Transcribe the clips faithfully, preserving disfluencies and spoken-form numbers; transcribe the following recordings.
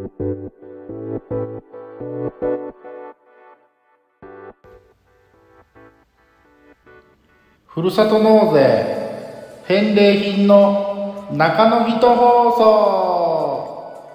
ふるさと納税返礼品の中の人放送。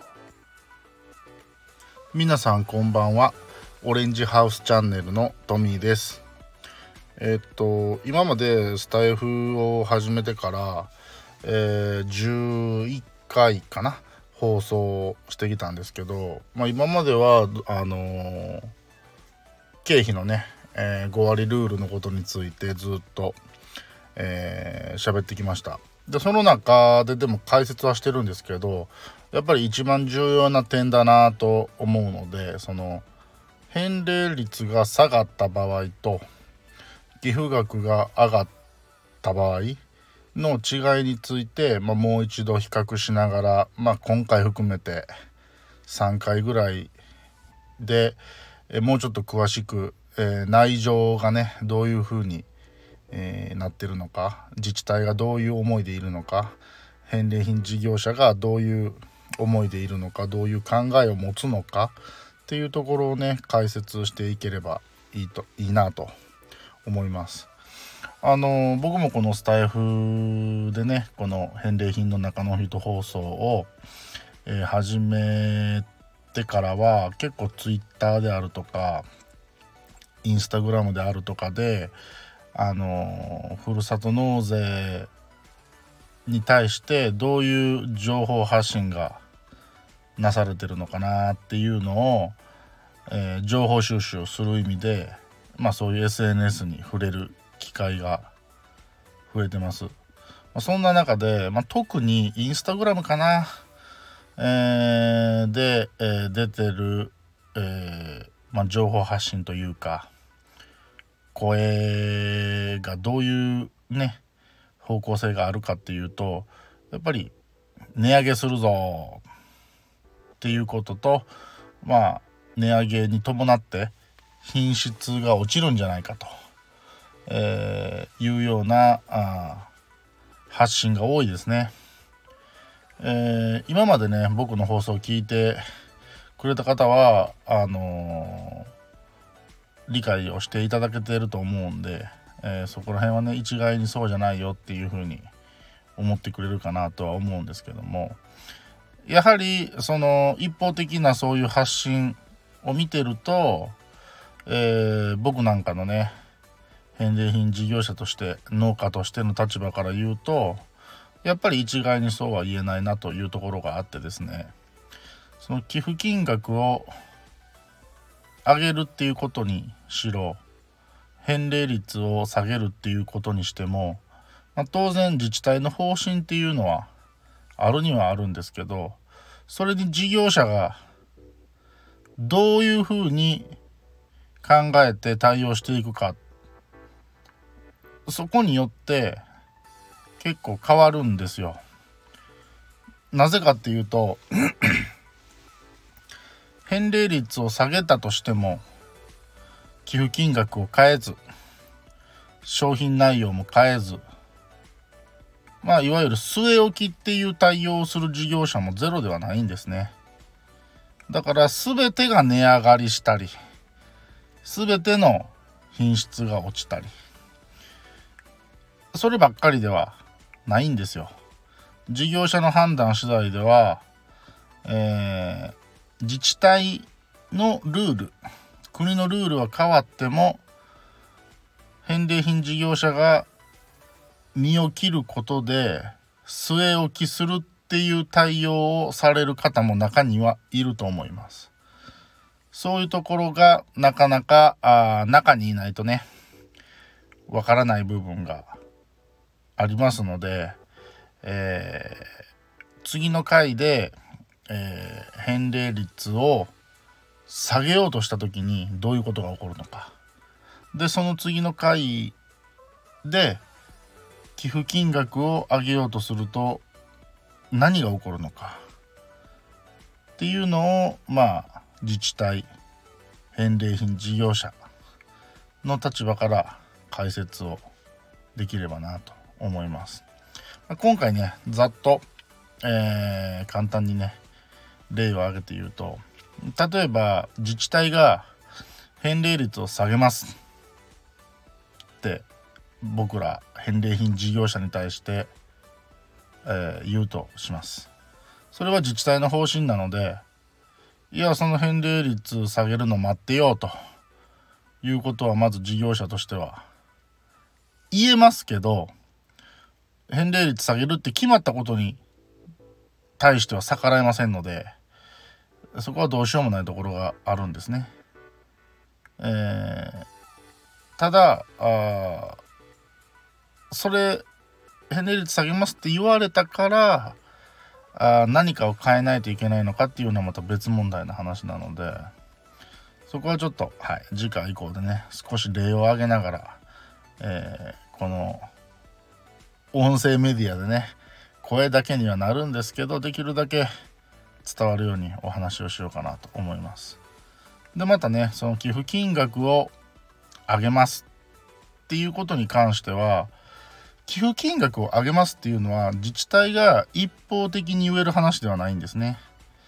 皆さんこんばんは。オレンジハウスチャンネルのトミーです。えっと今までスタイフを始めてから、えー、じゅういっかいかな放送してきたんですけど、まあ、今まではあのー、経費のね、えー、ご割ルールのことについてずっと喋、えー、ってきました。でその中ででも解説はしてるんですけど、やっぱり一番重要な点だなと思うので、その返礼率が下がった場合と寄付額が上がった場合の違いについて、まあ、もう一度比較しながら、まあ、今回含めてさんかいぐらいでえもうちょっと詳しく、えー、内情がねどういうふうに、えー、なってるのか、自治体がどういう思いでいるのか、返礼品事業者がどういう思いでいるのか、どういう考えを持つのかっていうところをね解説していければいいといいなと思います。あの僕もこのスタイフでねこの返礼品の中の人放送を、えー、始めてからは結構ツイッターであるとかインスタグラムであるとかであのふるさと納税に対してどういう情報発信がなされてるのかなっていうのを、えー、情報収集をする意味で、まあ、そういう エスエヌエス に触れる機会が増えてます。まあ、そんな中で、まあ、特にインスタグラムかな、えー、で、えー、出てる、えーまあ、情報発信というか声がどういうね方向性があるかっていうと、やっぱり値上げするぞっていうことと、まあ値上げに伴って品質が落ちるんじゃないかと、えー、いうようなあ発信が多いですね。えー、今までね僕の放送を聞いてくれた方はあのー、理解をしていただけていると思うんで、えー、そこら辺はね一概にそうじゃないよっていう風に思ってくれるかなとは思うんですけども、やはりその一方的なそういう発信を見てると、えー、僕なんかのね返礼品事業者として農家としての立場から言うとやっぱり一概にそうは言えないなというところがあってですね、その寄付金額を上げるっていうことにしろ返礼率を下げるっていうことにしても、まあ、当然自治体の方針っていうのはあるにはあるんですけど、それに事業者がどういうふうに考えて対応していくか、そこによって結構変わるんですよ。なぜかっていうと返礼率を下げたとしても寄付金額を変えず商品内容も変えず、まあいわゆる据え置きっていう対応をする事業者もゼロではないんですね。だから全てが値上がりしたり全ての品質が落ちたり、そればっかりではないんですよ。事業者の判断次第では、えー、自治体のルール、国のルールは変わっても返礼品事業者が身を切ることで据え置きするっていう対応をされる方も中にはいると思います。そういうところがなかなかあ中にいないとねわからない部分がありますので、えー、次の回で、えー、返礼率を下げようとした時にどういうことが起こるのか、でその次の回で寄付金額を上げようとすると何が起こるのかっていうのを、まあ自治体、返礼品事業者の立場から解説をできればなと思います。今回ねざっと、えー、簡単にね、 例を挙げて言うと、例えば自治体が返礼率を下げますって僕ら返礼品事業者に対して、えー、言うとします。それは自治体の方針なので、いやその返礼率下げるの待ってよということはまず事業者としては言えますけど、返礼率下げるって決まったことに対しては逆らえませんので、そこはどうしようもないところがあるんですね。えー、ただあそれ返礼率下げますって言われたからあ何かを変えないといけないのかっていうのはまた別問題の話なので、そこはちょっと、はい、次回以降でね少し例を挙げながら、えー、この音声メディアでね声だけにはなるんですけど、できるだけ伝わるようにお話をしようかなと思います。でまたねその寄付金額を上げますっていうことに関しては、寄付金額を上げますっていうのは自治体が一方的に言える話ではないんですね。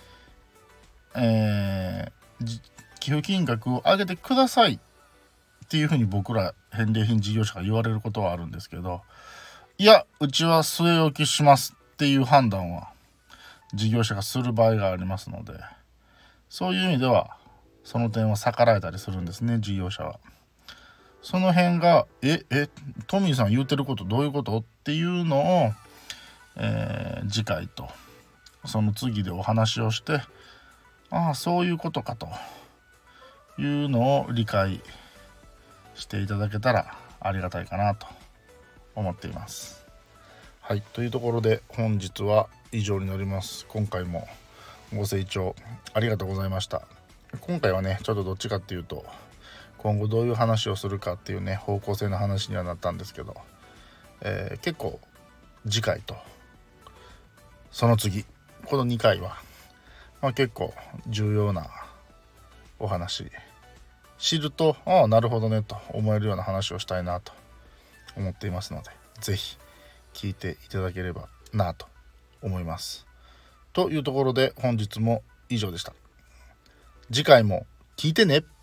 えー、寄付金額を上げてくださいっていうふうに僕ら返礼品事業者が言われることはあるんですけど、いやうちは据え置きしますっていう判断は事業者がする場合がありますので、そういう意味ではその点は逆らえたりするんですね、事業者は。その辺がええトミーさん言うてることどういうことっていうのを、えー、次回とその次でお話をして、ああそういうことかというのを理解していただけたらありがたいかなと思っています。はい、というところで本日は以上になります。今回もご清聴ありがとうございました。今回はねちょっとどっちかっていうと今後どういう話をするかっていうね方向性の話にはなったんですけど、えー、結構次回とその次このにかいは、まあ、結構重要なお話知るとああなるほどねと思えるような話をしたいなと思っていますので、ぜひ聞いていただければなと思います。というところで本日も以上でした。次回も聞いてね。